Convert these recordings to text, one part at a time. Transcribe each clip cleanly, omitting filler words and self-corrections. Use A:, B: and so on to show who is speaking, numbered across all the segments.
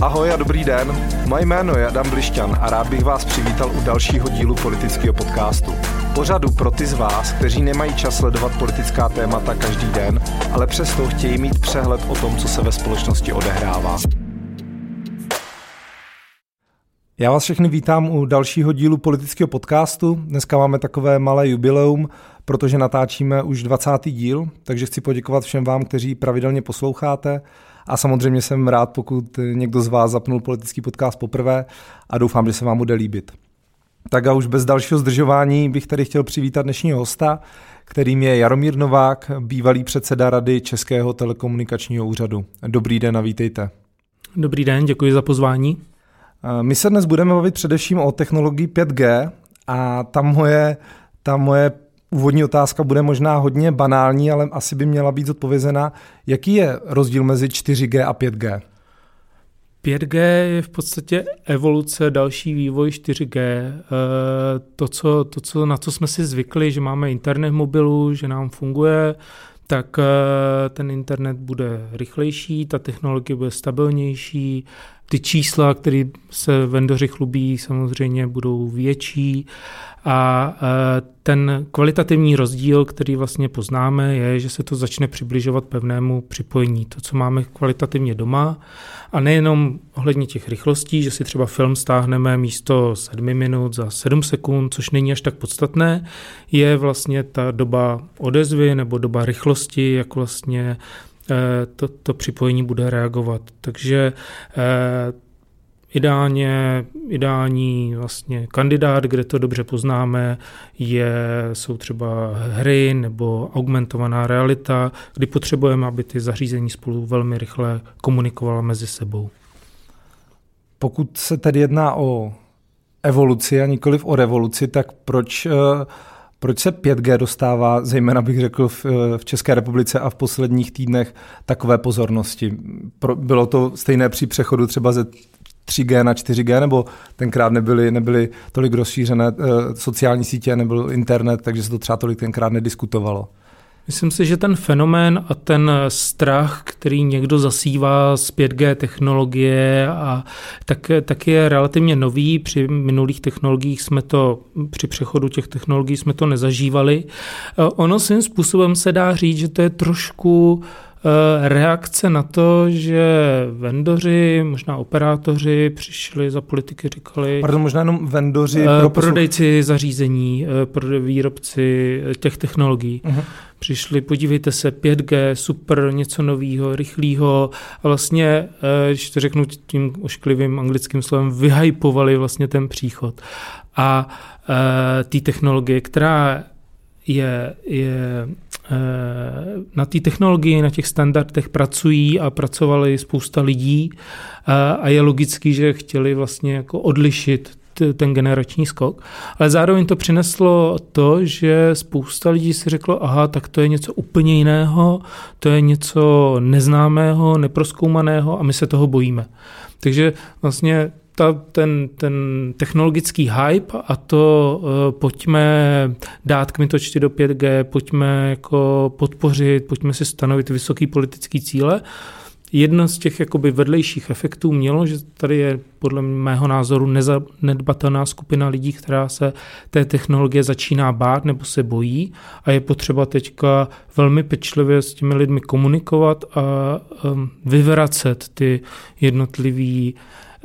A: Ahoj a dobrý den. Moje jméno je Adam Blišťan a rád bych vás přivítal u dalšího dílu politického podcastu. Pořadu pro ty z vás, kteří nemají čas sledovat politická témata každý den, ale přesto chtějí mít přehled o tom, co se ve společnosti odehrává. Já vás všechny vítám u dalšího dílu politického podcastu. Dneska máme takové malé jubileum, protože natáčíme už 20. díl, takže chci poděkovat všem vám, kteří pravidelně posloucháte. A samozřejmě jsem rád, pokud někdo z vás zapnul politický podcast poprvé a doufám, že se vám bude líbit. Tak a už bez dalšího zdržování bych tady chtěl přivítat dnešního hosta, kterým je Jaromír Novák, bývalý předseda Rady Českého telekomunikačního úřadu. Dobrý den a vítejte.
B: Dobrý den, děkuji za pozvání.
A: My se dnes budeme bavit především o technologii 5G a ta moje úvodní otázka bude možná hodně banální, ale asi by měla být zodpovězena. Jaký je rozdíl mezi 4G a 5G?
B: 5G je v podstatě evoluce, další vývoj 4G. Na co jsme si zvykli, že máme internet v mobilu, že nám funguje, tak ten internet bude rychlejší, ta technologie bude stabilnější, ty čísla, které se vendoři chlubí, samozřejmě budou větší a ten kvalitativní rozdíl, který vlastně poznáme, je, že se to začne přibližovat pevnému připojení. To, co máme kvalitativně doma a nejenom ohledně těch rychlostí, že si třeba film stáhneme místo 7 minut za 7 sekund, což není až tak podstatné, je vlastně ta doba odezvy nebo doba rychlosti, jak vlastně to připojení bude reagovat. Takže ideální vlastně kandidát, kde to dobře poznáme, jsou třeba hry nebo augmentovaná realita, kdy potřebujeme, aby ty zařízení spolu velmi rychle komunikovala mezi sebou.
A: Pokud se tedy jedná o evoluci a nikoliv o revoluci, tak proč se 5G dostává, zejména bych řekl v České republice a v posledních týdnech, takové pozornosti? Bylo to stejné při přechodu třeba ze 3G na 4G, nebo tenkrát nebyly tolik rozšířené sociální sítě, nebyl internet, takže se to třeba tolik tenkrát nediskutovalo?
B: Myslím si, že ten fenomén a ten strach, který někdo zasívá z 5G technologie, tak je relativně nový. Při minulých technologiích při přechodu těch technologií jsme to nezažívali. Ono svým způsobem se dá říct, že to je trošku reakce na to, že vendoři, možná operátoři přišli za politiky, říkali...
A: Pardon, možná jenom vendoři...
B: Prodejci zařízení, výrobci těch technologií. Uh-huh. Přišli, podívejte se, 5G, super, něco novýho, rychlýho a vlastně, když to řeknu tím ošklivým anglickým slovem, vyhypovali vlastně ten příchod. A ty technologie, která je na té technologii, na těch standardech pracují a pracovali spousta lidí a je logický, že chtěli vlastně jako odlišit ten generační skok, ale zároveň to přineslo to, že spousta lidí si řeklo, aha, tak to je něco úplně jiného, to je něco neznámého, neprozkoumaného a my se toho bojíme. Takže vlastně ten technologický hype a to pojďme dát kmitočty do 5G, pojďme jako podpořit, pojďme si stanovit vysoký politický cíle. Jedno z těch jakoby vedlejších efektů mělo, že tady je podle mého názoru nezanedbatelná skupina lidí, která se té technologie začíná bát nebo se bojí a je potřeba teďka velmi pečlivě s těmi lidmi komunikovat a vyvracet ty jednotlivý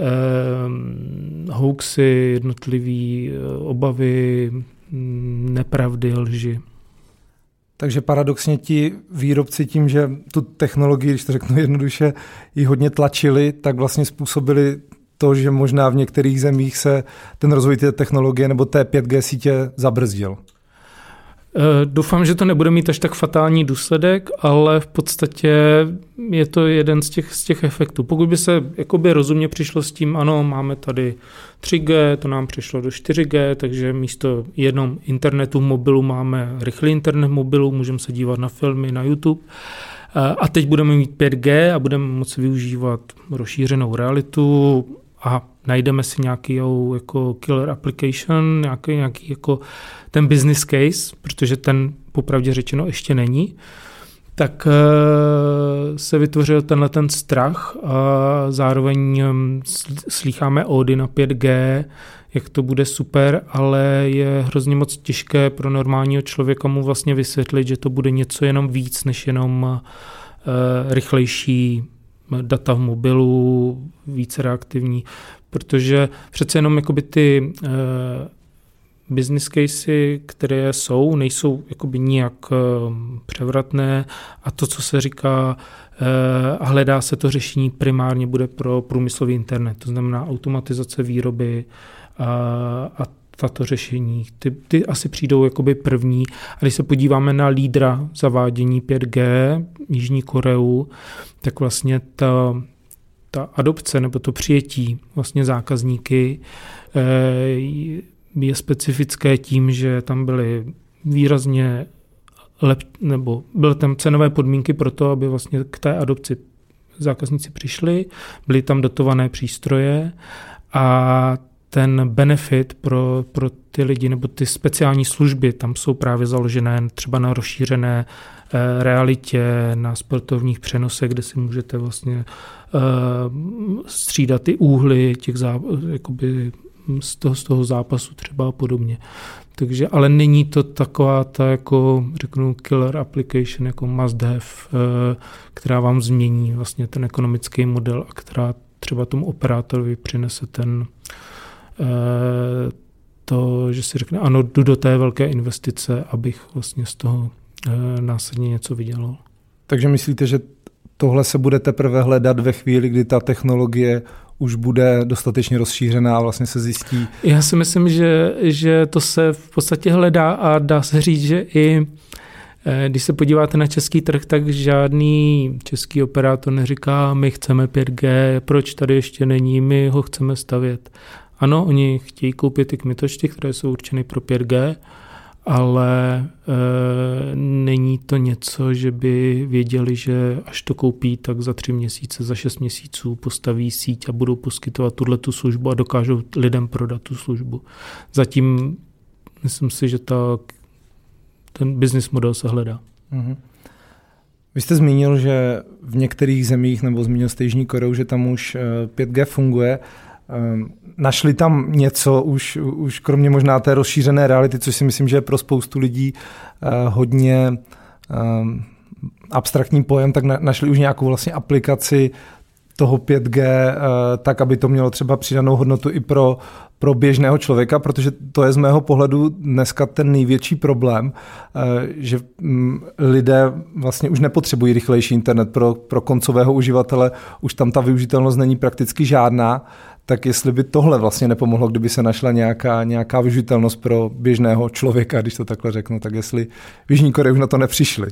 B: hoaxy, jednotlivý obavy, nepravdy, lži.
A: Takže paradoxně ti výrobci tím, že tu technologii, když to řeknu jednoduše, ji hodně tlačili, tak vlastně způsobili to, že možná v některých zemích se ten rozvoj té technologie nebo té 5G sítě zabrzdil.
B: Doufám, že to nebude mít až tak fatální důsledek, ale v podstatě je to jeden z těch efektů. Pokud by se jakoby rozumně přišlo s tím, ano, máme tady 3G, to nám přišlo do 4G, takže místo jenom internetu v mobilu máme rychlý internet v mobilu, můžeme se dívat na filmy, na YouTube. A teď budeme mít 5G a budeme moci využívat rozšířenou realitu a najdeme si nějaký jako killer application, nějaký jako ten business case, protože ten popravdě řečeno ještě není, tak se vytvořil ten strach a zároveň slýcháme ódy na 5G, jak to bude super, ale je hrozně moc těžké pro normálního člověka mu vlastně vysvětlit, že to bude něco jenom víc, než jenom rychlejší data v mobilu, více reaktivní, protože přece jenom jakoby ty business casey, které nejsou jakoby nijak převratné a to, co se říká a hledá se to řešení, primárně bude pro průmyslový internet, to znamená automatizace výroby a tato řešení. Ty asi přijdou jakoby první. A když se podíváme na lídra zavádění 5G, Jižní Koreu, tak vlastně ta adopce nebo to přijetí vlastně zákazníky je specifické tím, že tam byly výrazně nebo byly tam cenové podmínky pro to, aby vlastně k té adopci zákazníci přišli, byly tam dotované přístroje a ten benefit pro ty lidi nebo ty speciální služby tam jsou právě založené třeba na rozšířené realitě, na sportovních přenosech, kde si můžete vlastně střídat ty úhly těch jakoby z toho zápasu třeba a podobně. Takže, ale není to taková ta, jako řeknu, killer application, jako must have, která vám změní vlastně ten ekonomický model a která třeba tomu operátorovi přinese to, že si řekne, ano, jdu do té velké investice, abych vlastně z toho následně něco vydělal.
A: Takže myslíte, že tohle se bude teprve hledat ve chvíli, kdy ta technologie už bude dostatečně rozšířená a vlastně se zjistí?
B: Já si myslím, že to se v podstatě hledá a dá se říct, že i když se podíváte na český trh, tak žádný český operátor neříká, my chceme 5G, proč tady ještě není, my ho chceme stavět. Ano, oni chtějí koupit ty kmitočty, které jsou určeny pro 5G, ale není to něco, že by věděli, že až to koupí, tak za 3 měsíce, za 6 měsíců postaví síť a budou poskytovat tuhletu službu a dokážou lidem prodat tu službu. Zatím myslím si, že ten business model se hledá. Mm-hmm.
A: Vy jste zmínil, že v některých zemích, nebo zmínil jste Jižní Koreu, že tam už 5G funguje. Našli tam něco už kromě možná té rozšířené reality, což si myslím, že je pro spoustu lidí hodně abstraktní pojem, tak našli už nějakou vlastně aplikaci toho 5G, tak, aby to mělo třeba přidanou hodnotu i pro běžného člověka, protože to je z mého pohledu dneska ten největší problém, že lidé vlastně už nepotřebují rychlejší internet pro koncového uživatele, už tam ta využitelnost není prakticky žádná, tak jestli by tohle vlastně nepomohlo, kdyby se našla nějaká využitelnost pro běžného člověka, když to takhle řeknu, tak jestli v Jižní Koreji už na to nepřišli.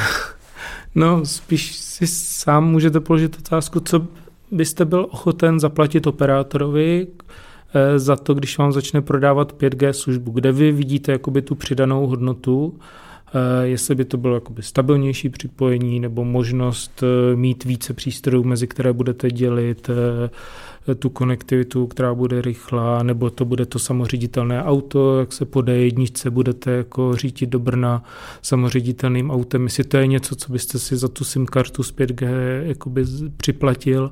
B: No, spíš si sám můžete položit otázku, co byste byl ochoten zaplatit operátorovi za to, když vám začne prodávat 5G službu, kde vy vidíte jakoby tu přidanou hodnotu, jestli by to bylo jakoby stabilnější připojení nebo možnost mít více přístrojů, mezi které budete dělit, tu konektivitu, která bude rychlá, nebo to bude to samoředitelné auto, jak se po D1 budete jako řídit do Brna samoředitelným autem, jestli to je něco, co byste si za tu SIM kartu z 5G jakoby připlatil.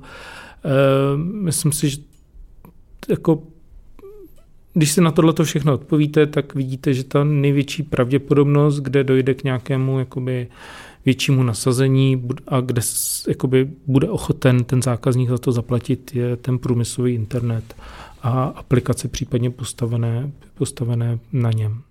B: Myslím si, že jako když si na tohleto všechno odpovíte, tak vidíte, že ta největší pravděpodobnost, kde dojde k nějakému jakoby většímu nasazení a kde jakoby bude ochoten ten zákazník za to zaplatit, je ten průmyslový internet a aplikace případně postavené na něm.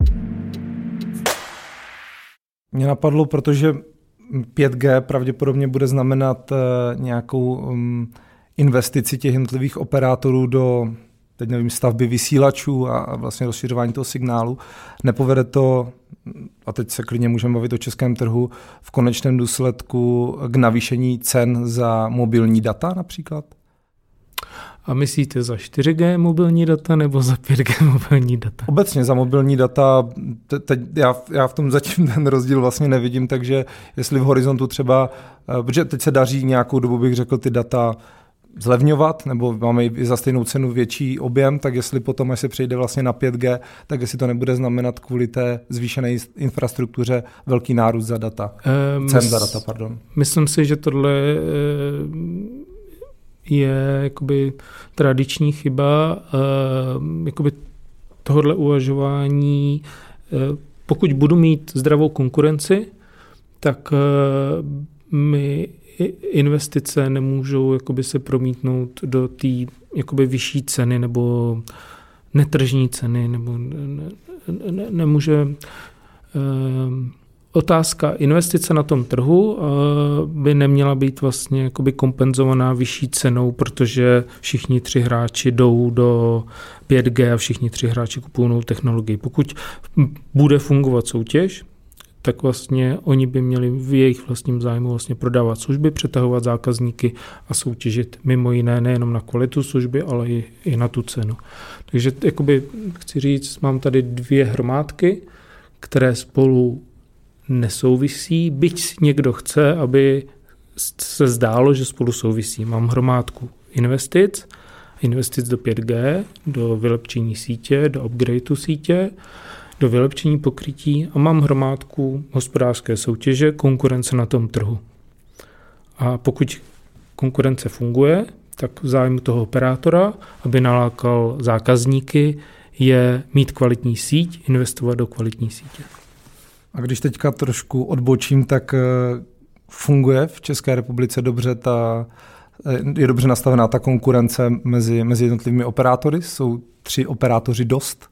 A: Mě napadlo, protože 5G pravděpodobně bude znamenat nějakou investici těch jednotlivých operátorů do, teď nevím, stavby vysílačů a vlastně rozšiřování toho signálu. Nepovede to, a teď se klidně můžeme bavit o českém trhu, v konečném důsledku k navýšení cen za mobilní data například?
B: A myslíte za 4G mobilní data nebo za 5G mobilní data?
A: Obecně za mobilní data, já v tom zatím ten rozdíl vlastně nevidím, takže jestli v horizontu třeba, protože teď se daří nějakou dobu, bych řekl, ty data zlevňovat, nebo máme i za stejnou cenu větší objem, tak jestli potom, až se přejde vlastně na 5G, tak jestli to nebude znamenat kvůli té zvýšené infrastruktuře velký nárůst za data. Cen za data, pardon.
B: Myslím si, že tohle je jakoby tradiční chyba jakoby tohodle uvažování. Pokud budu mít zdravou konkurenci, tak my investice nemůžou jakoby se promítnout do té jakoby vyšší ceny nebo netržní ceny, nebo nemůže. Otázka investice na tom trhu by neměla být vlastně jakoby kompenzovaná vyšší cenou, protože všichni 3 hráči jdou do 5G a všichni 3 hráči kupují novou technologii. Pokud bude fungovat soutěž, tak vlastně oni by měli v jejich vlastním zájmu vlastně prodávat služby, přetahovat zákazníky a soutěžit mimo jiné nejenom na kvalitu služby, ale i na tu cenu. Takže jakoby chci říct, mám tady 2 hromádky, které spolu nesouvisí, byť někdo chce, aby se zdálo, že spolu souvisí. Mám hromádku investic do 5G, do vylepšení sítě, do upgradeu sítě, do vylepšení pokrytí a mám hromádku hospodářské soutěže, konkurence na tom trhu. A pokud konkurence funguje, tak v zájmu toho operátora, aby nalákal zákazníky, je mít kvalitní síť, investovat do kvalitní sítě.
A: A když teďka trošku odbočím, tak funguje v České republice dobře je dobře nastavená ta konkurence mezi jednotlivými operátory? Jsou 3 operátoři dost?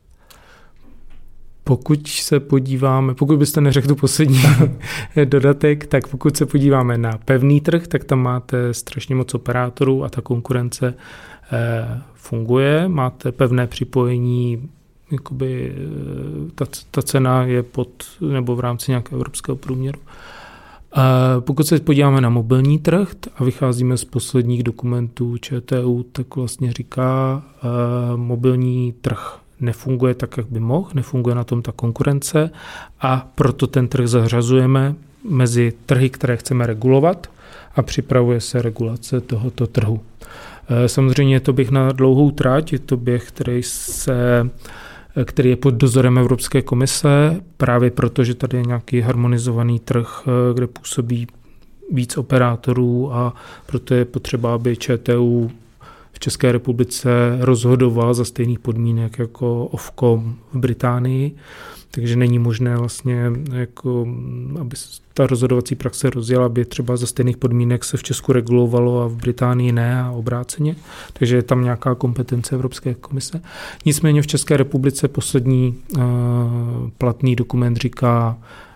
B: Pokud byste neřekl tu poslední dodatek, tak pokud se podíváme na pevný trh, tak tam máte strašně moc operátorů a ta konkurence funguje. Máte pevné připojení, jakoby ta cena je pod nebo v rámci nějakého evropského průměru. Pokud se podíváme na mobilní trh a vycházíme z posledních dokumentů ČTÚ, tak vlastně říká, mobilní trh nefunguje tak, jak by mohl, nefunguje na tom ta konkurence a proto ten trh zařazujeme mezi trhy, které chceme regulovat a připravuje se regulace tohoto trhu. Samozřejmě je to běh na dlouhou trať, je to běh, který je pod dozorem Evropské komise, právě proto, že tady je nějaký harmonizovaný trh, kde působí víc operátorů a proto je potřeba, aby ČTÚ v České republice rozhodoval za stejných podmínek jako Ofcom v Británii, takže není možné vlastně, jako, aby ta rozhodovací praxe rozjela, aby třeba za stejných podmínek se v Česku regulovalo a v Británii ne a obráceně, takže je tam nějaká kompetence Evropské komise. Nicméně v České republice poslední platný dokument říká,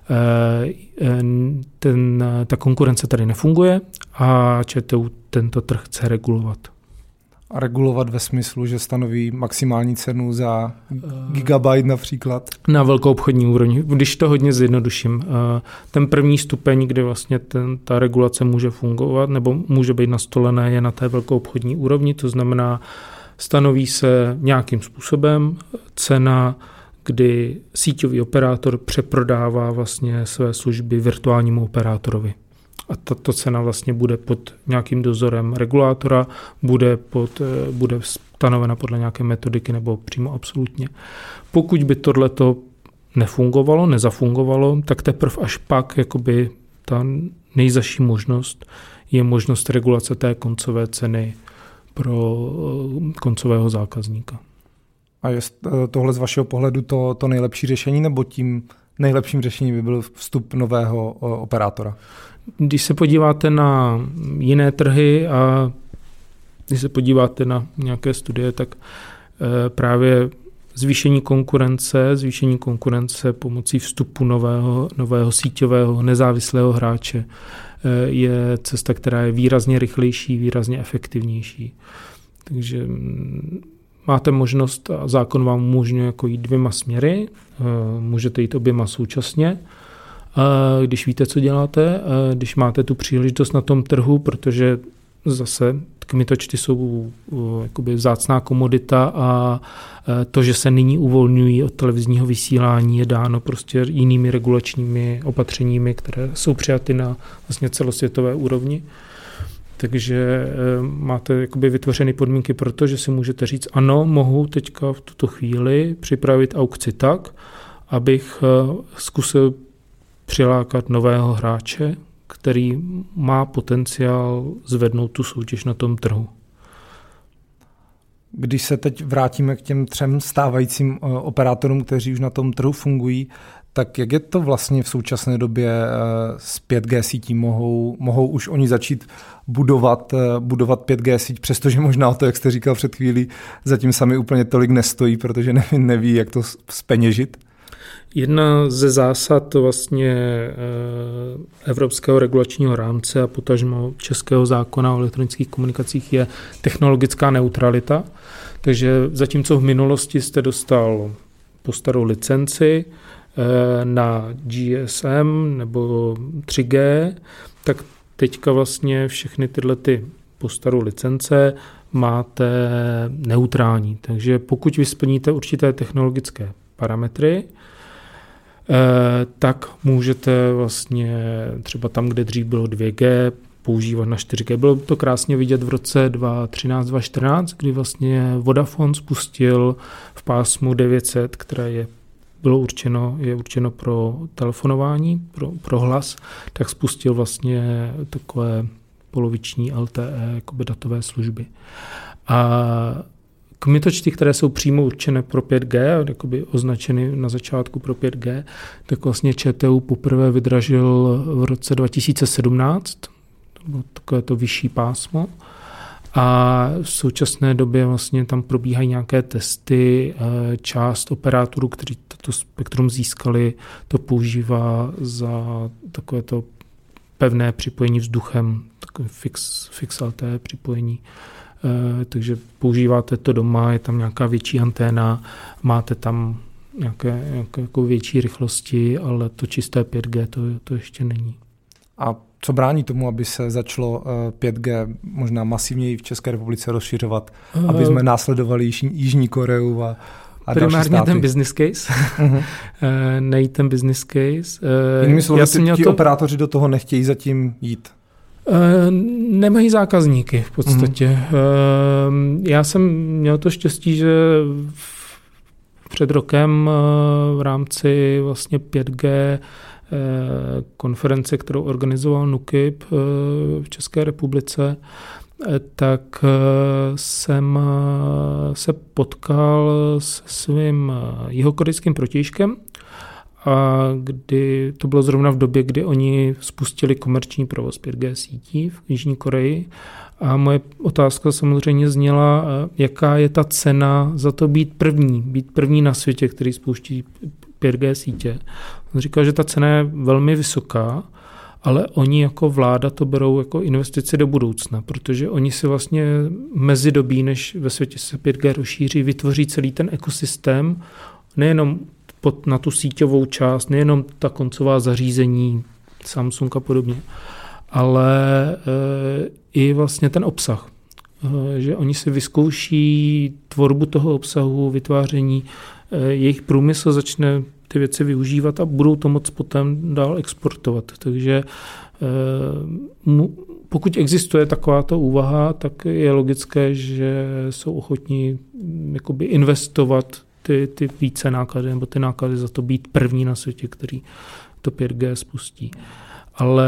B: ta konkurence tady nefunguje a ČTÚ tento trh chce regulovat.
A: A regulovat ve smyslu, že stanoví maximální cenu za gigabyte například? Na
B: velkou obchodní úrovni. Když to hodně zjednoduším. Ten první stupeň, kde vlastně ta regulace může fungovat nebo může být nastolené, je na té velkou obchodní úrovni. To znamená, stanoví se nějakým způsobem cena, kdy síťový operátor přeprodává vlastně své služby virtuálnímu operátorovi. A tato cena vlastně bude pod nějakým dozorem regulátora, bude stanovena podle nějaké metodiky nebo přímo absolutně. Pokud by tohleto nefungovalo, nezafungovalo, tak teprve až pak jakoby ta nejzazší možnost je možnost regulace té koncové ceny pro koncového zákazníka.
A: A je tohle z vašeho pohledu to nejlepší řešení, nebo tím nejlepším řešením by byl vstup nového operátora?
B: Když se podíváte na jiné trhy a když se podíváte na nějaké studie, tak právě zvýšení konkurence pomocí vstupu nového síťového nezávislého hráče je cesta, která je výrazně rychlejší, výrazně efektivnější. Takže máte možnost a zákon vám umožňuje jako jít 2 směry, můžete jít oběma současně, když víte, co děláte, když máte tu příležitost na tom trhu, protože zase kmitočty jsou jakoby vzácná komodita a to, že se nyní uvolňují od televizního vysílání, je dáno prostě jinými regulačními opatřeními, které jsou přijaty na vlastně celosvětové úrovni. Takže máte jakoby vytvořené podmínky pro to, že si můžete říct, ano, mohu teďka v tuto chvíli připravit aukci tak, abych zkusil přilákat nového hráče, který má potenciál zvednout tu soutěž na tom trhu.
A: Když se teď vrátíme k těm 3 stávajícím operátorům, kteří už na tom trhu fungují, tak jak je to vlastně v současné době s 5G sítí? Mohou už oni začít budovat 5G síť, přestože možná o to, jak jste říkal před chvílí, zatím sami úplně tolik nestojí, protože neví, jak to zpeněžit?
B: Jedna ze zásad vlastně Evropského regulačního rámce a potažmo českého zákona o elektronických komunikacích je technologická neutralita. Takže zatímco v minulosti jste dostal po starou licenci na GSM nebo 3G, tak teďka vlastně všechny tyhle po starou licence máte neutrální. Takže pokud vy splníte určité technologické parametry, tak můžete vlastně třeba tam, kde dřív bylo 2G, používat na 4G. Bylo to krásně vidět v roce 2013-2014, kdy vlastně Vodafone spustil v pásmu 900, které je určeno pro telefonování, pro hlas, tak spustil vlastně takové poloviční LTE, jakoby datové služby. A kmitočty, které jsou přímo určené pro 5G, jakoby označeny na začátku pro 5G, tak vlastně ČTU poprvé vydražil v roce 2017, to bylo takové to vyšší pásmo, a v současné době vlastně tam probíhají nějaké testy. Část operátorů, kteří toto spektrum získali, to používá za takovéto pevné připojení vzduchem, takové fix LTE připojení. Takže používáte to doma, je tam nějaká větší anténa, máte tam nějaké jako větší rychlosti, ale to čisté 5G to ještě není.
A: A co brání tomu, aby se začalo 5G možná masivněji v České republice rozšiřovat, aby jsme následovali Jižní Koreu a
B: primárně ten business case, nejít ten business case.
A: Jinými slovy, ti operátoři do toho nechtějí zatím jít.
B: Nemají zákazníky v podstatě. Já jsem měl to štěstí, že před rokem v rámci vlastně 5G konference, kterou organizoval NÚKIB v České republice, tak jsem se potkal se svým jihokorejským protějškem, a kdy to bylo zrovna v době, kdy oni spustili komerční provoz 5G sítí v Jižní Koreji. A moje otázka samozřejmě zněla, jaká je ta cena za to být první na světě, který spouští 5G sítě. On říkal, že ta cena je velmi vysoká, ale oni jako vláda to berou jako investici do budoucna, protože oni si vlastně mezidobí, než ve světě se 5G rozšíří, vytvoří celý ten ekosystém, nejenom na tu síťovou část, nejenom ta koncová zařízení, Samsung a podobně, ale i vlastně ten obsah. Že oni si vyzkouší tvorbu toho obsahu, vytváření, jejich průmysl začne ty věci využívat a budou to moct potom dál exportovat. Takže pokud existuje takováto úvaha, tak je logické, že jsou ochotní jakoby investovat ty více náklady, nebo ty náklady za to být první na světě, který to 5G spustí. Ale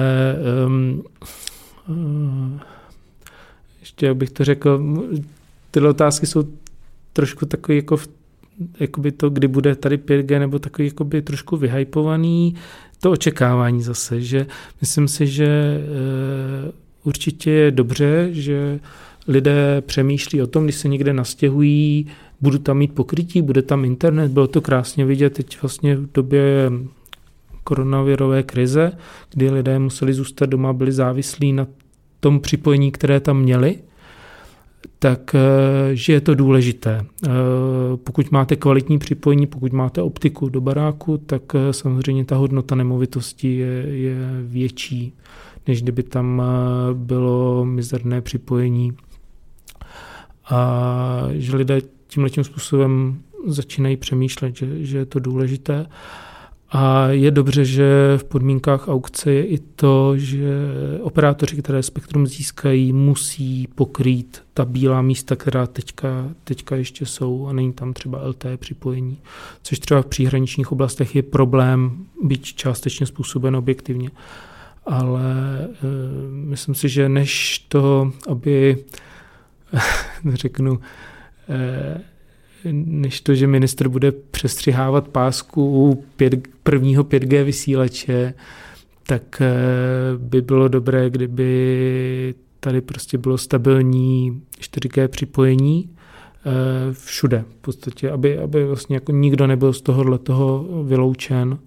B: ještě bych to řekl, tyhle otázky jsou trošku takový jako jakoby to, kdy bude tady 5G, nebo takový jakoby trošku vyhypovaný, to očekávání zase, že myslím si, že určitě je dobře, že lidé přemýšlí o tom, když se někde nastěhují, budu tam mít pokrytí, bude tam internet, bylo to krásně vidět teď vlastně v době koronavirové krize, kdy lidé museli zůstat doma, byli závislí na tom připojení, které tam měli, tak že je to důležité. Pokud máte kvalitní připojení, pokud máte optiku do baráku, tak samozřejmě ta hodnota nemovitosti je větší, než kdyby tam bylo mizerné připojení. A že lidé tímhletím způsobem začínají přemýšlet, že je to důležité. A je dobře, že v podmínkách aukce je i to, že operátoři, které spektrum získají, musí pokrýt ta bílá místa, která teďka ještě jsou a není tam třeba LTE připojení, což třeba v příhraničních oblastech je problém, byť částečně způsoben objektivně. Ale myslím si, že než to, aby než to, že ministr bude přestřihávat pásku prvního 5G vysílače, tak by bylo dobré, kdyby tady prostě bylo stabilní 4G připojení všude. V podstatě, aby vlastně jako nikdo nebyl z toho vyloučen.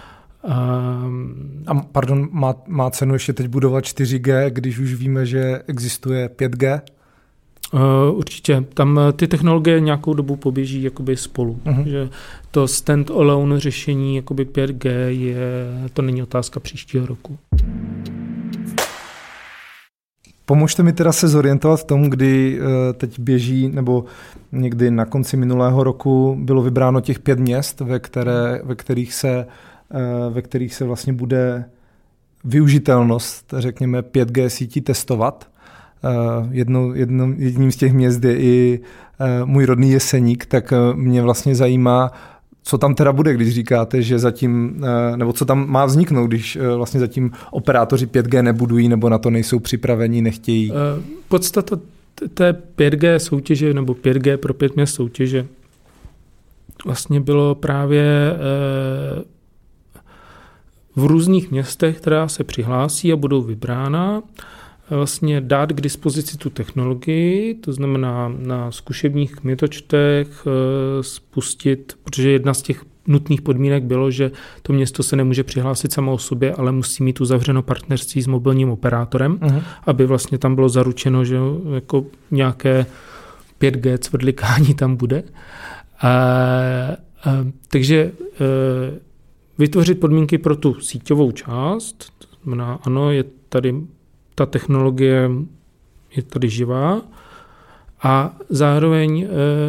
A: A pardon, má cenu ještě teď budovat 4G, když už víme, že existuje 5G?
B: Určitě. Tam ty technologie nějakou dobu poběží jakoby spolu. Že to stand-alone řešení jakoby 5G to není otázka příštího roku.
A: Pomožte mi teda se zorientovat v tom, kdy teď běží, nebo někdy na konci minulého roku bylo vybráno těch 5 měst, ve kterých se vlastně bude využitelnost, řekněme, 5G sítí testovat. Jedním z těch měst je i můj rodný Jeseník, tak mě vlastně zajímá, co tam teda bude, když říkáte, že zatím, nebo co tam má vzniknout, když vlastně zatím operátoři 5G nebudují nebo na to nejsou připraveni, nechtějí.
B: Podstata té 5G soutěže nebo 5G pro 5 měst soutěže vlastně bylo právě v různých městech, která se přihlásí a budou vybrána, vlastně dát k dispozici tu technologii, to znamená na zkušebních kmitočtech spustit, protože jedna z těch nutných podmínek bylo, že to město se nemůže přihlásit samo o sobě, ale musí mít uzavřeno partnerství s mobilním operátorem, aby vlastně tam bylo zaručeno, že jako nějaké 5G cvrdlikání tam bude. Takže vytvořit podmínky pro tu síťovou část, to znamená, ano, je tady ta technologie je tady živá a zároveň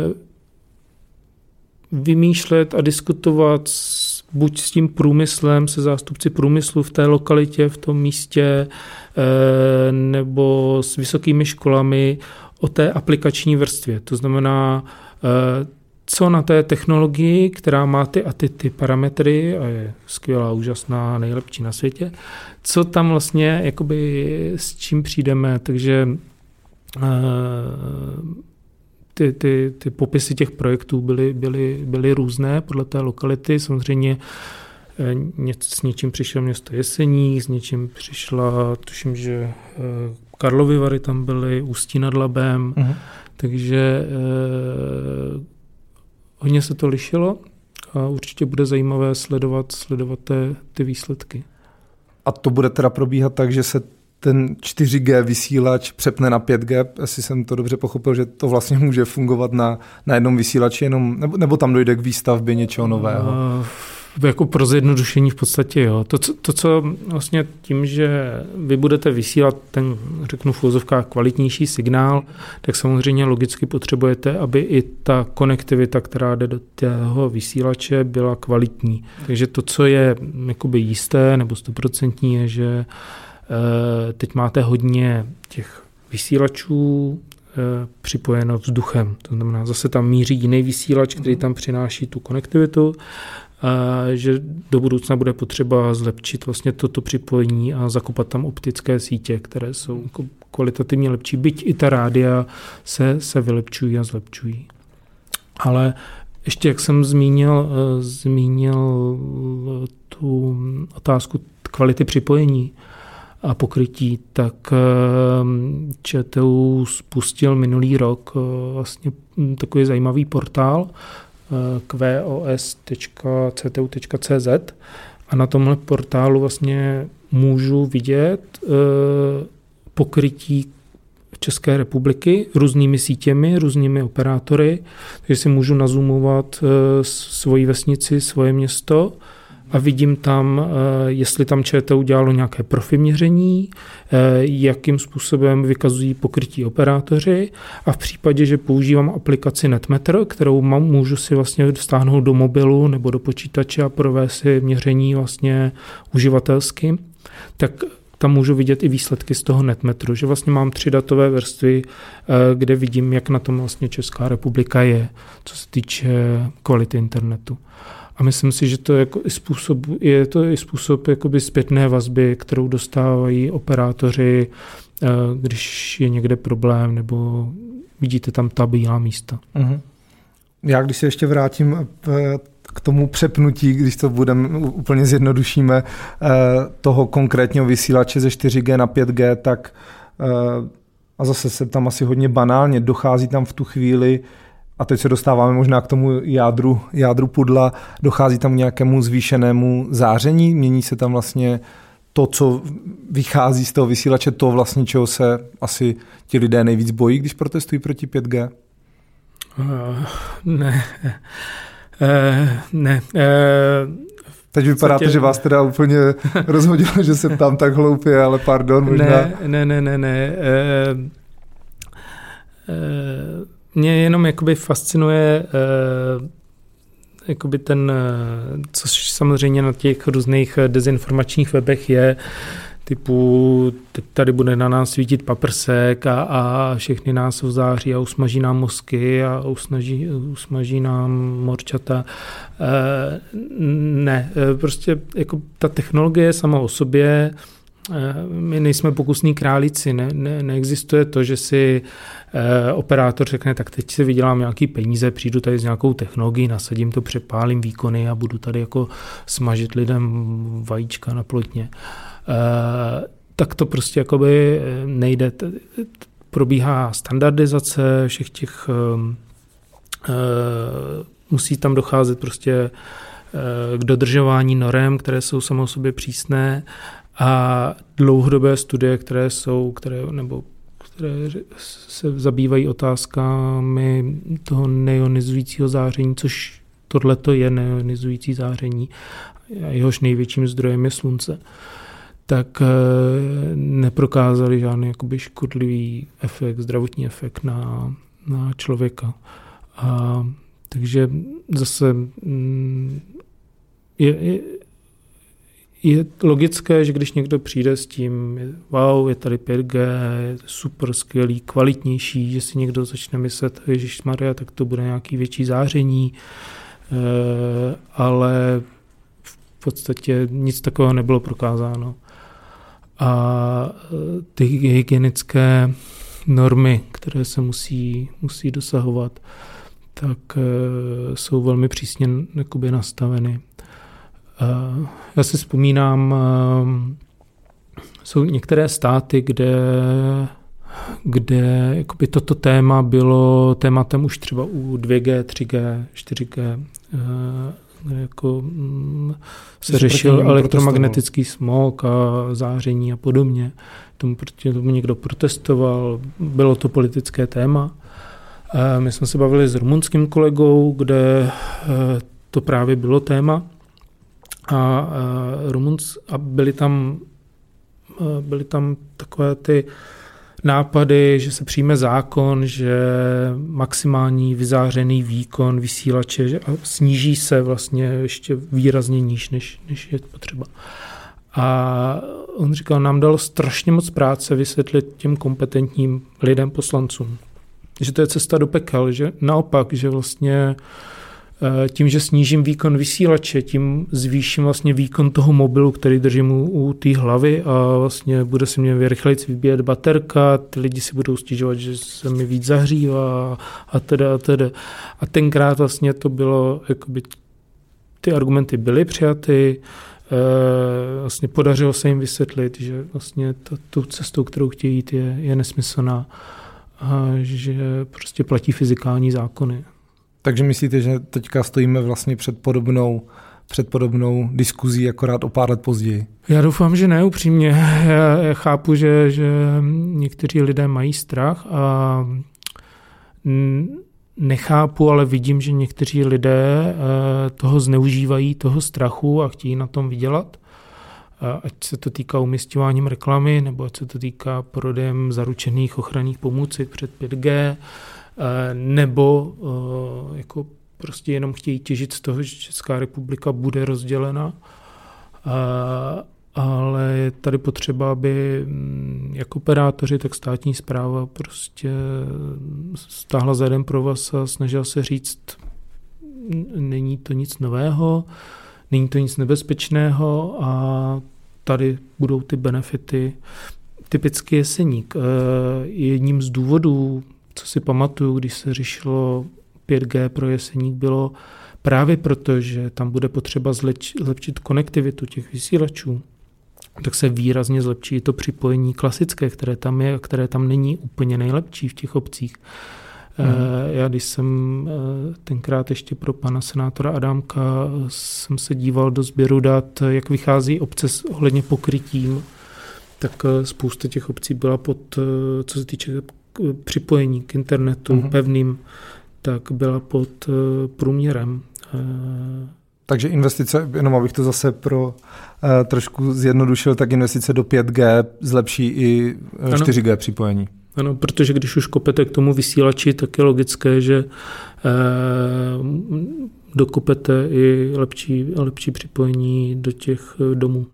B: vymýšlet a diskutovat buď s tím průmyslem, se zástupci průmyslu v té lokalitě, v tom místě, nebo s vysokými školami o té aplikační vrstvě. To znamená, co na té technologii, která má ty parametry a je skvělá, úžasná, nejlepší na světě, co tam vlastně jakoby s čím přijdeme, takže ty popisy těch projektů byly různé podle té lokality. Samozřejmě s něčím přišlo město Jeseník, s něčím přišla, tuším, že Karlovy Vary tam byly, Ústí nad Labem, takže hodně se to lišilo a určitě bude zajímavé sledovat ty výsledky.
A: A to bude teda probíhat tak, že se ten 4G vysílač přepne na 5G, jestli jsem to dobře pochopil, že to vlastně může fungovat na jednom vysílači, nebo tam dojde k výstavbě něčeho nového?
B: Jako pro zjednodušení v podstatě, jo. To, co vlastně tím, že vy budete vysílat ten, řeknu v uvozovkách, kvalitnější signál, tak samozřejmě logicky potřebujete, aby i ta konektivita, která jde do toho vysílače, byla kvalitní. Takže to, co je jakoby jisté nebo 100%, je, že teď máte hodně těch vysílačů připojeno vzduchem. To znamená, zase tam míří jiný vysílač, který tam přináší tu konektivitu, že do budoucna bude potřeba zlepšit vlastně toto připojení a zakopat tam optické sítě, které jsou jako kvalitativně lepší, byť i ta rádia se vylepšují a zlepšují. Ale ještě, jak jsem zmínil tu otázku kvality připojení a pokrytí, tak ČTÚ spustil minulý rok vlastně takový zajímavý portál kvos.ctu.cz a na tomhle portálu vlastně můžu vidět pokrytí České republiky různými sítěmi, různými operátory, takže si můžu nazoomovat svoji vesnici, svoje město a vidím tam, jestli tam ČT udělalo nějaké profi měření, jakým způsobem vykazují pokrytí operátoři a v případě, že používám aplikaci NetMeter, kterou můžu si vlastně stáhnout do mobilu nebo do počítače a provést si měření vlastně uživatelsky, tak tam můžu vidět i výsledky z toho NetMeteru, že vlastně mám 3 datové vrstvy, kde vidím, jak na tom vlastně Česká republika je, co se týče kvality internetu. A myslím si, že to je to i způsob jakoby zpětné vazby, kterou dostávají operátoři, když je někde problém, nebo vidíte tam ta bílá místa.
A: Uh-huh. Já když se ještě vrátím k tomu přepnutí, když to úplně zjednodušíme, toho konkrétního vysílače ze 4G na 5G, tak a zase se tam asi hodně banálně dochází tam v tu chvíli, a teď se dostáváme možná k tomu jádru pudla, dochází tam k nějakému zvýšenému záření, mění se tam vlastně to, co vychází z toho vysílače, to vlastně, čeho se asi ti lidé nejvíc bojí, když protestují proti 5G?
B: Ne.
A: Teď vypadá, že vás teda úplně rozhodilo, že se ptám tak hloupě, ale pardon, možná.
B: Ne. Mě jenom jakoby fascinuje jakoby ten, což samozřejmě na těch různých dezinformačních webech je, typu tady bude na nás svítit paprsek a všechny nás ozáří a usmaží nám mozky a usmaží nám morčata. Ne, prostě jako ta technologie sama o sobě, my nejsme pokusní králíci, neexistuje to, že si operátor řekne, tak teď si vydělám nějaký peníze, přijdu tady s nějakou technologií, nasadím to, přepálím výkony a budu tady jako smažit lidem vajíčka na plotně. Tak to prostě jakoby nejde. Probíhá standardizace všech těch, musí tam docházet prostě k dodržování norem, které jsou samo o sobě přísné, a dlouhodobé studie, které se zabývají otázkami toho neionizujícího záření, což tohleto je neionizující záření, a jehož největším zdrojem je slunce, tak neprokázali žádný jakoby škodlivý efekt, zdravotní efekt na člověka. Takže zase je logické, že když někdo přijde s tím, wow, je tady 5G, je super skvělý, kvalitnější, že si někdo začne myslet, ježišmarja, tak to bude nějaký větší záření, ale v podstatě nic takového nebylo prokázáno. A ty hygienické normy, které se musí dosahovat, tak jsou velmi přísně jakoby nastaveny. Já si vzpomínám, jsou některé státy, kde jakoby toto téma bylo tématem už třeba u 2G, 3G, 4G, jako se řešil elektromagnetický smog a záření a podobně. Tomu někdo protestoval, bylo to politické téma. My jsme se bavili s rumunským kolegou, kde to právě bylo téma. A byly tam takové ty nápady, že se přijme zákon, že maximální vyzářený výkon vysílače a sníží se vlastně ještě výrazně níž, než je potřeba. A on říkal, nám dalo strašně moc práce vysvětlit těm kompetentním lidem, poslancům, že to je cesta do pekel, že naopak, že vlastně tím, že snížím výkon vysílače, tím zvýším vlastně výkon toho mobilu, který držím u té hlavy a vlastně bude se mě rychlejc vybíjet baterka, ty lidi si budou stěžovat, že se mi víc zahřívá a teda. A tenkrát vlastně to bylo, jakoby ty argumenty byly přijaty, vlastně podařilo se jim vysvětlit, že vlastně tu cestou, kterou chtějí jít, je nesmyslná a že prostě platí fyzikální zákony.
A: Takže myslíte, že teďka stojíme vlastně před podobnou diskuzí, akorát o pár let později?
B: Já doufám, že ne, upřímně. Já chápu, že někteří lidé mají strach a nechápu, ale vidím, že někteří lidé toho zneužívají, toho strachu a chtějí na tom vydělat. Ať se to týká umisťováním reklamy, nebo ať se to týká prodejem zaručených ochranných pomůcek před 5G, nebo jako prostě jenom chtějí těžit z toho, že Česká republika bude rozdělena. Ale je tady potřeba, aby jak operátoři, tak státní správa prostě stáhla za jeden provaz a snažila se říct, není to nic nového, není to nic nebezpečného a tady budou ty benefity. Typicky Jeseník. Jedním z důvodů, co si pamatuju, když se řešilo 5G pro Jeseník, bylo právě proto, že tam bude potřeba zlepšit konektivitu těch vysílačů, tak se výrazně zlepší to připojení klasické, které tam je a které tam není úplně nejlepší v těch obcích. Já když jsem tenkrát ještě pro pana senátora Adámka jsem se díval do sběru dat, jak vychází obce ohledně pokrytím, tak spousta těch obcí byla pod, co se týče připojení k internetu pevným, tak byla pod průměrem.
A: Takže investice, jenom abych to zase trošku zjednodušil, tak investice do 5G zlepší i 4G připojení.
B: Ano, protože když už kopete k tomu vysílači, tak je logické, že dokopete i lepší připojení do těch domů.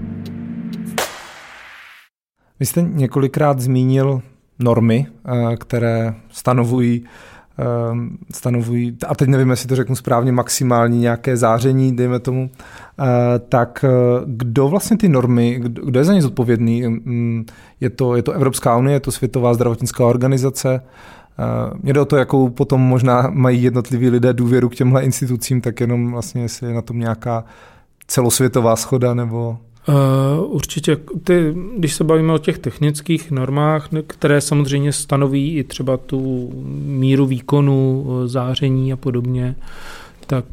A: Vy jste několikrát zmínil normy, které stanovují, a teď nevím, jestli to řeknu správně, maximální nějaké záření, dejme tomu, tak kdo vlastně ty normy, kdo je za ně zodpovědný? Je to Evropská unie, je to Světová zdravotnická organizace? Mě jde o to, jakou potom možná mají jednotliví lidé důvěru k těmhle institucím, tak jenom vlastně, jestli je na tom nějaká celosvětová shoda, nebo...
B: Určitě, když se bavíme o těch technických normách, které samozřejmě stanoví i třeba tu míru výkonu, záření a podobně, tak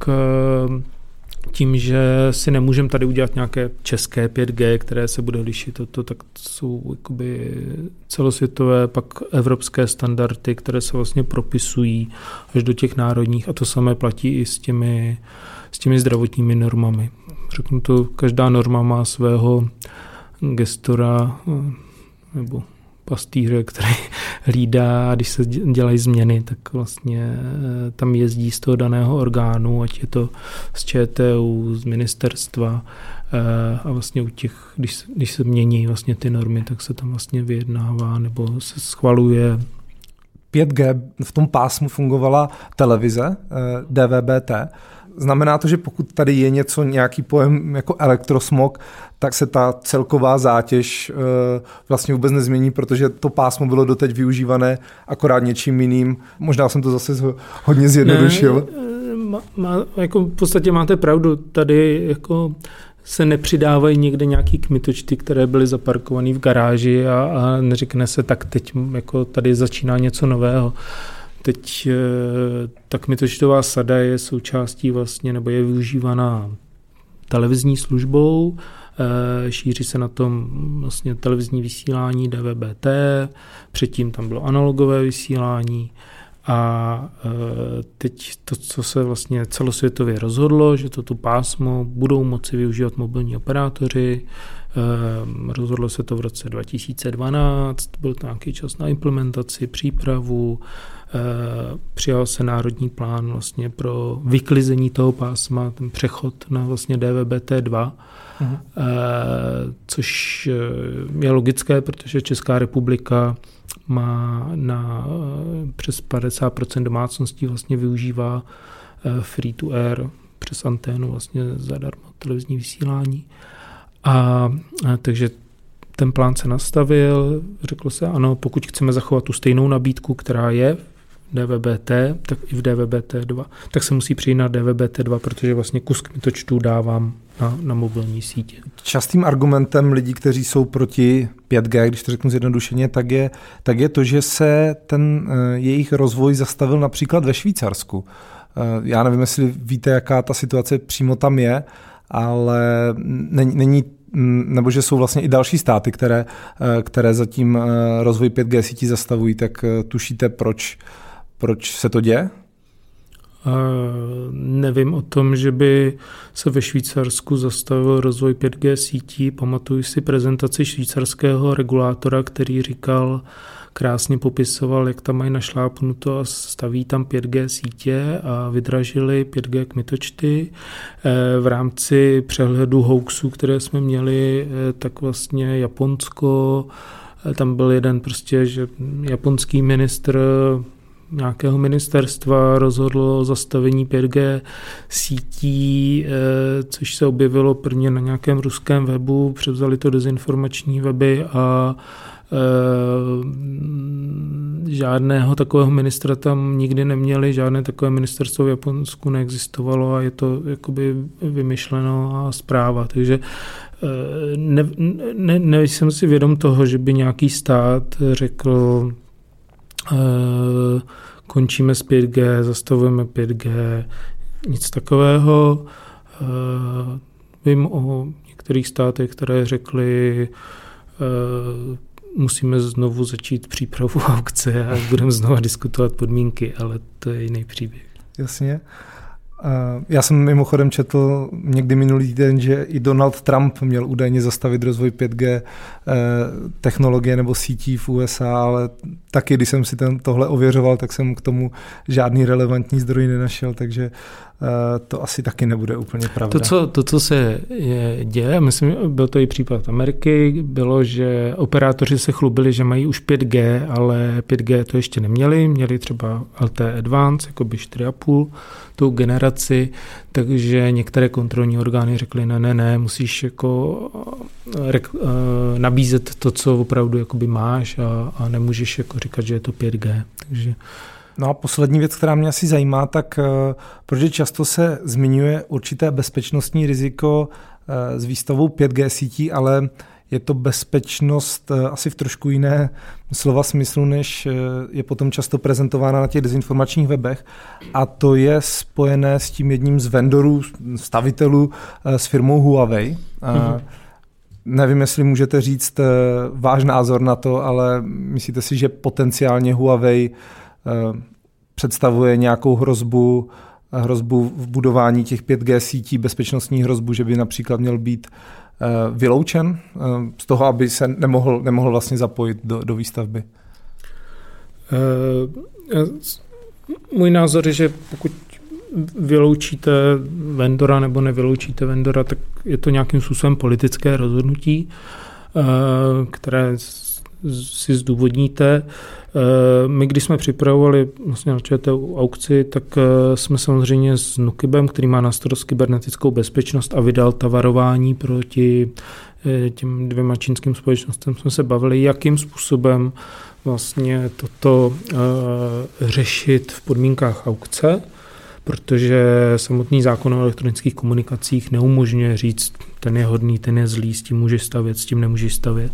B: tím, že si nemůžeme tady udělat nějaké české 5G, které se bude lišit od toho, tak jsou jakoby celosvětové, pak evropské standardy, které se vlastně propisují až do těch národních, a to samé platí i s těmi zdravotními normami. Řeknu to, každá norma má svého gestora nebo pastýře, který hlídá, když se dělají změny, tak vlastně tam jezdí z toho daného orgánu, ať je to z ČTU, z ministerstva, a vlastně u těch, když se mění vlastně ty normy, tak se tam vlastně vyjednává nebo se schvaluje.
A: 5G v tom pásmu fungovala televize, DVB-T. Znamená to, že pokud tady je nějaký pojem jako elektrosmog, tak se ta celková zátěž vlastně vůbec nezmění, protože to pásmo bylo doteď využívané akorát něčím jiným. Možná jsem to zase hodně zjednodušil.
B: Jako v podstatě máte pravdu, tady jako se nepřidávají někde nějaký kmitočty, které byly zaparkované v garáži a neřekne se, tak teď jako tady začíná něco nového. Teď ta kmitočtová sada je součástí vlastně, nebo je využívaná televizní službou, šíří se na tom vlastně televizní vysílání DVB-T, předtím tam bylo analogové vysílání a teď to, co se vlastně celosvětově rozhodlo, že toto pásmo budou moci využívat mobilní operátoři. Rozhodlo se to v roce 2012, byl to nějaký čas na implementaci, přípravu, přijal se národní plán vlastně pro vyklizení toho pásma, ten přechod na vlastně DVB-T2, což je logické, protože Česká republika má přes 50% domácností vlastně využívá free to air přes anténu vlastně zadarmo televizní vysílání. A takže ten plán se nastavil, řeklo se, ano, pokud chceme zachovat tu stejnou nabídku, která je v DVB-T, tak i v DVB-T2, tak se musí přijít na DVB-T2, protože vlastně kus kmitočtů dávám na mobilní sítě.
A: Častým argumentem lidí, kteří jsou proti 5G, když to řeknu zjednodušeně, tak je to, že se ten jejich rozvoj zastavil například ve Švýcarsku. Já nevím, jestli víte, jaká ta situace přímo tam je, ale není, nebo že jsou vlastně i další státy, které zatím rozvoj 5G sítí zastavují, tak tušíte, proč se to děje?
B: Nevím o tom, že by se ve Švýcarsku zastavil rozvoj 5G sítí. Pamatuju si prezentaci švýcarského regulátora, který říkal, krásně popisoval, jak tam mají našlápnuto a staví tam 5G sítě a vydražili 5G kmitočty. V rámci přehledu hoaxů, které jsme měli, tak vlastně Japonsko, tam byl jeden prostě, že japonský ministr nějakého ministerstva rozhodlo o zastavení 5G sítí, což se objevilo prvně na nějakém ruském webu, převzali to dezinformační weby a žádného takového ministra tam nikdy neměli, žádné takové ministerstvo v Japonsku neexistovalo a je to jakoby vymyšleno a zpráva. Takže nejsem si vědom toho, že by nějaký stát řekl končíme s 5G, zastavujeme 5G, nic takového. Vím o některých státech, které řekly musíme znovu začít přípravu aukce a budeme znovu diskutovat podmínky, ale to je jiný příběh.
A: Jasně. Já jsem mimochodem četl někdy minulý týden, že i Donald Trump měl údajně zastavit rozvoj 5G technologie nebo sítí v USA, ale taky, když jsem si tohle ověřoval, tak jsem k tomu žádný relevantní zdroj nenašel, takže to asi taky nebude úplně pravda.
B: To, co se děje, myslím, byl to i případ Ameriky, bylo, že operátoři se chlubili, že mají už 5G, ale 5G to ještě neměli, měli třeba LTE Advanced, jako by 4,5, tou generaci, takže některé kontrolní orgány řekly, ne, musíš jako nabízet to, co opravdu jakoby máš a nemůžeš jako říkat, že je to 5G. Takže
A: no a poslední věc, která mě asi zajímá, tak protože často se zmiňuje určité bezpečnostní riziko s výstavou 5G sítí, ale je to bezpečnost asi v trošku jiné slova smyslu, než je potom často prezentována na těch dezinformačních webech. A to je spojené s tím jedním z vendorů, stavitelů, s firmou Huawei. Nevím, jestli můžete říct váš názor na to, ale myslíte si, že potenciálně Huawei představuje nějakou hrozbu v budování těch 5G sítí, bezpečnostní hrozbu, že by například měl být vyloučen z toho, aby se nemohl vlastně zapojit do výstavby?
B: Můj názor je, že pokud vyloučíte vendora nebo nevyloučíte vendora, tak je to nějakým způsobem politické rozhodnutí, které si zdůvodníte. My, když jsme připravovali vlastně na tu aukci, tak jsme samozřejmě s Nukibem, který má na starost kybernetickou bezpečnost a vydal ta varování proti těm 2 čínským společnostem, jsme se bavili, jakým způsobem vlastně toto řešit v podmínkách aukce, protože samotný zákon o elektronických komunikacích neumožňuje říct, ten je hodný, ten je zlý, s tím můžeš stavět, s tím nemůžeš stavět.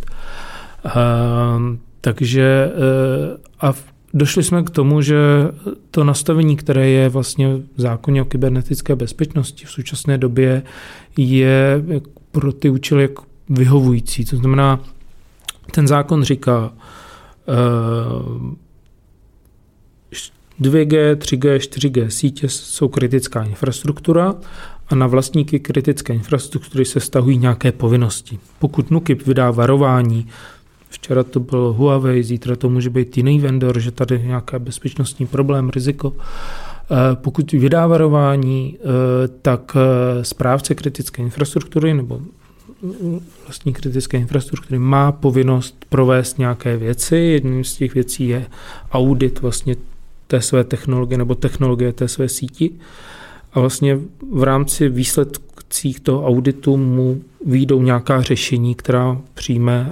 B: Takže a došli jsme k tomu, že to nastavení, které je vlastně v zákoně o kybernetické bezpečnosti v současné době, je pro ty účely vyhovující. To znamená, ten zákon říká 2G, 3G, 4G sítě jsou kritická infrastruktura a na vlastníky kritické infrastruktury se vztahují nějaké povinnosti. Pokud NÚKIB vydá varování, včera to byl Huawei, zítra to může být jiný vendor, že tady je nějaký bezpečnostní problém, riziko. Pokud vydá varování, tak správce kritické infrastruktury nebo vlastník kritické infrastruktury má povinnost provést nějaké věci. Jedním z těch věcí je audit vlastně té své technologie nebo technologie té své síti. A vlastně v rámci výsledcích toho auditu mu vyjdou nějaká řešení, která přijme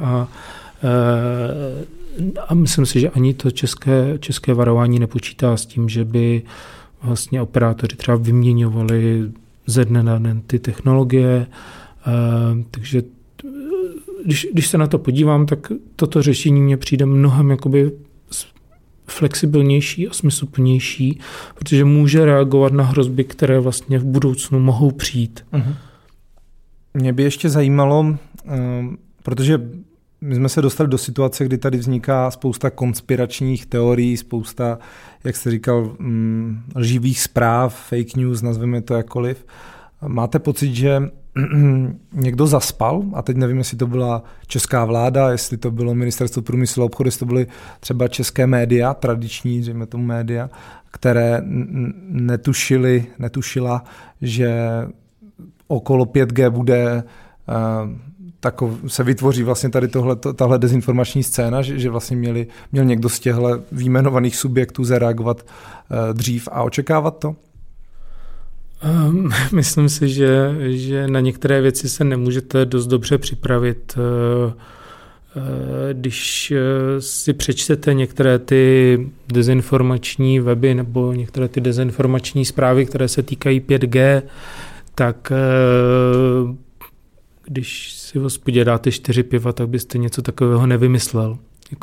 B: a myslím si, že ani to české varování nepočítá s tím, že by vlastně operátoři třeba vyměňovali ze dne na den ty technologie. Takže když se na to podívám, tak toto řešení mně přijde mnohem jakoby flexibilnější a smysluplnější, protože může reagovat na hrozby, které vlastně v budoucnu mohou přijít.
A: Mě by ještě zajímalo, protože my jsme se dostali do situace, kdy tady vzniká spousta konspiračních teorií, spousta, jak jste říkal, lživých zpráv, fake news, nazveme to jakkoliv. Máte pocit, že někdo zaspal? A teď nevím, jestli to byla česká vláda, jestli to bylo Ministerstvo průmyslu a obchodu, jestli to byly třeba české média, tradiční, řekněme tomu média, které netušila, že okolo 5G bude se vytvoří vlastně tady tahle dezinformační scéna, že vlastně měl někdo z těchto výjmenovaných subjektů zareagovat dřív a očekávat to?
B: Myslím si, že na některé věci se nemůžete dost dobře připravit. Když si přečtete některé ty dezinformační weby nebo některé ty dezinformační zprávy, které se týkají 5G, tak když si v hospodě dáte 4 piva, tak byste něco takového nevymyslel.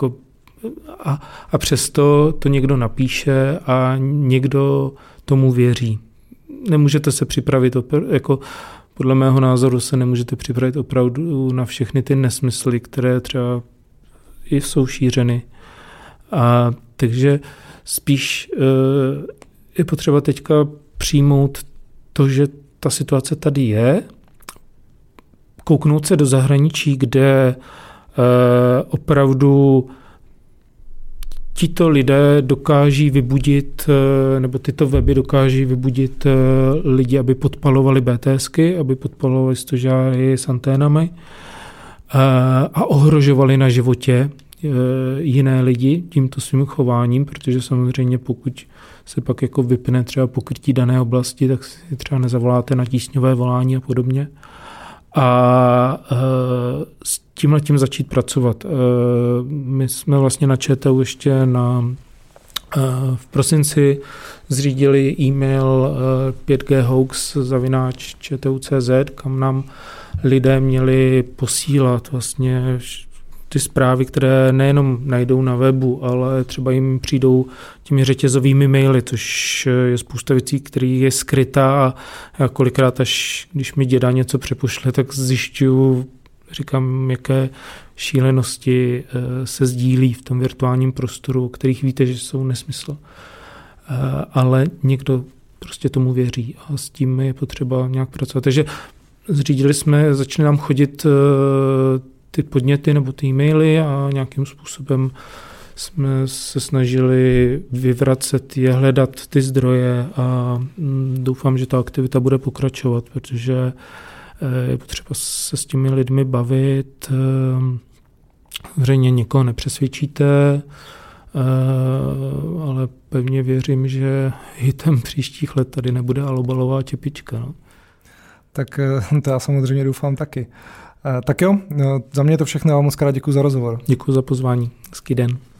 B: A přesto to někdo napíše a někdo tomu věří. Nemůžete se připravit, podle mého názoru se nemůžete připravit opravdu na všechny ty nesmysly, které třeba jsou šířeny. Takže spíš je potřeba teďka přijmout to, že ta situace tady je, kouknout se do zahraničí, kde opravdu tito lidé dokáží vybudit, nebo tyto weby dokáží vybudit lidi, aby podpalovali BTSky, aby podpalovali stožáry s anténami a ohrožovali na životě jiné lidi tímto svým chováním, protože samozřejmě pokud se pak jako vypne třeba pokrytí dané oblasti, tak si třeba nezavoláte na tísňové volání a podobně. A s tímhletím začít pracovat. My jsme vlastně na ČTU ještě v prosinci zřídili e-mail 5ghoax@čtu.cz, kam nám lidé měli posílat vlastně ty zprávy, které nejenom najdou na webu, ale třeba jim přijdou těmi řetězovými maily, což je spousta věcí, který je skrytá a kolikrát až když mi děda něco přepošle, tak zjišťuju, říkám, jaké šílenosti se sdílí v tom virtuálním prostoru, o kterých víte, že jsou nesmysl. Ale někdo prostě tomu věří a s tím je potřeba nějak pracovat. Takže začali nám chodit ty podněty nebo ty e-maily a nějakým způsobem jsme se snažili vyvracet je, hledat ty zdroje a doufám, že ta aktivita bude pokračovat, protože je potřeba se s těmi lidmi bavit. Zřejmě někoho nepřesvědčíte, ale pevně věřím, že hitem příštích let tady nebude alobalová čepička. No.
A: Tak to já samozřejmě doufám taky. Tak jo, za mě je to všechno, já vám moc krát děkuji za rozhovor.
B: Děkuji za pozvání. Hezký den.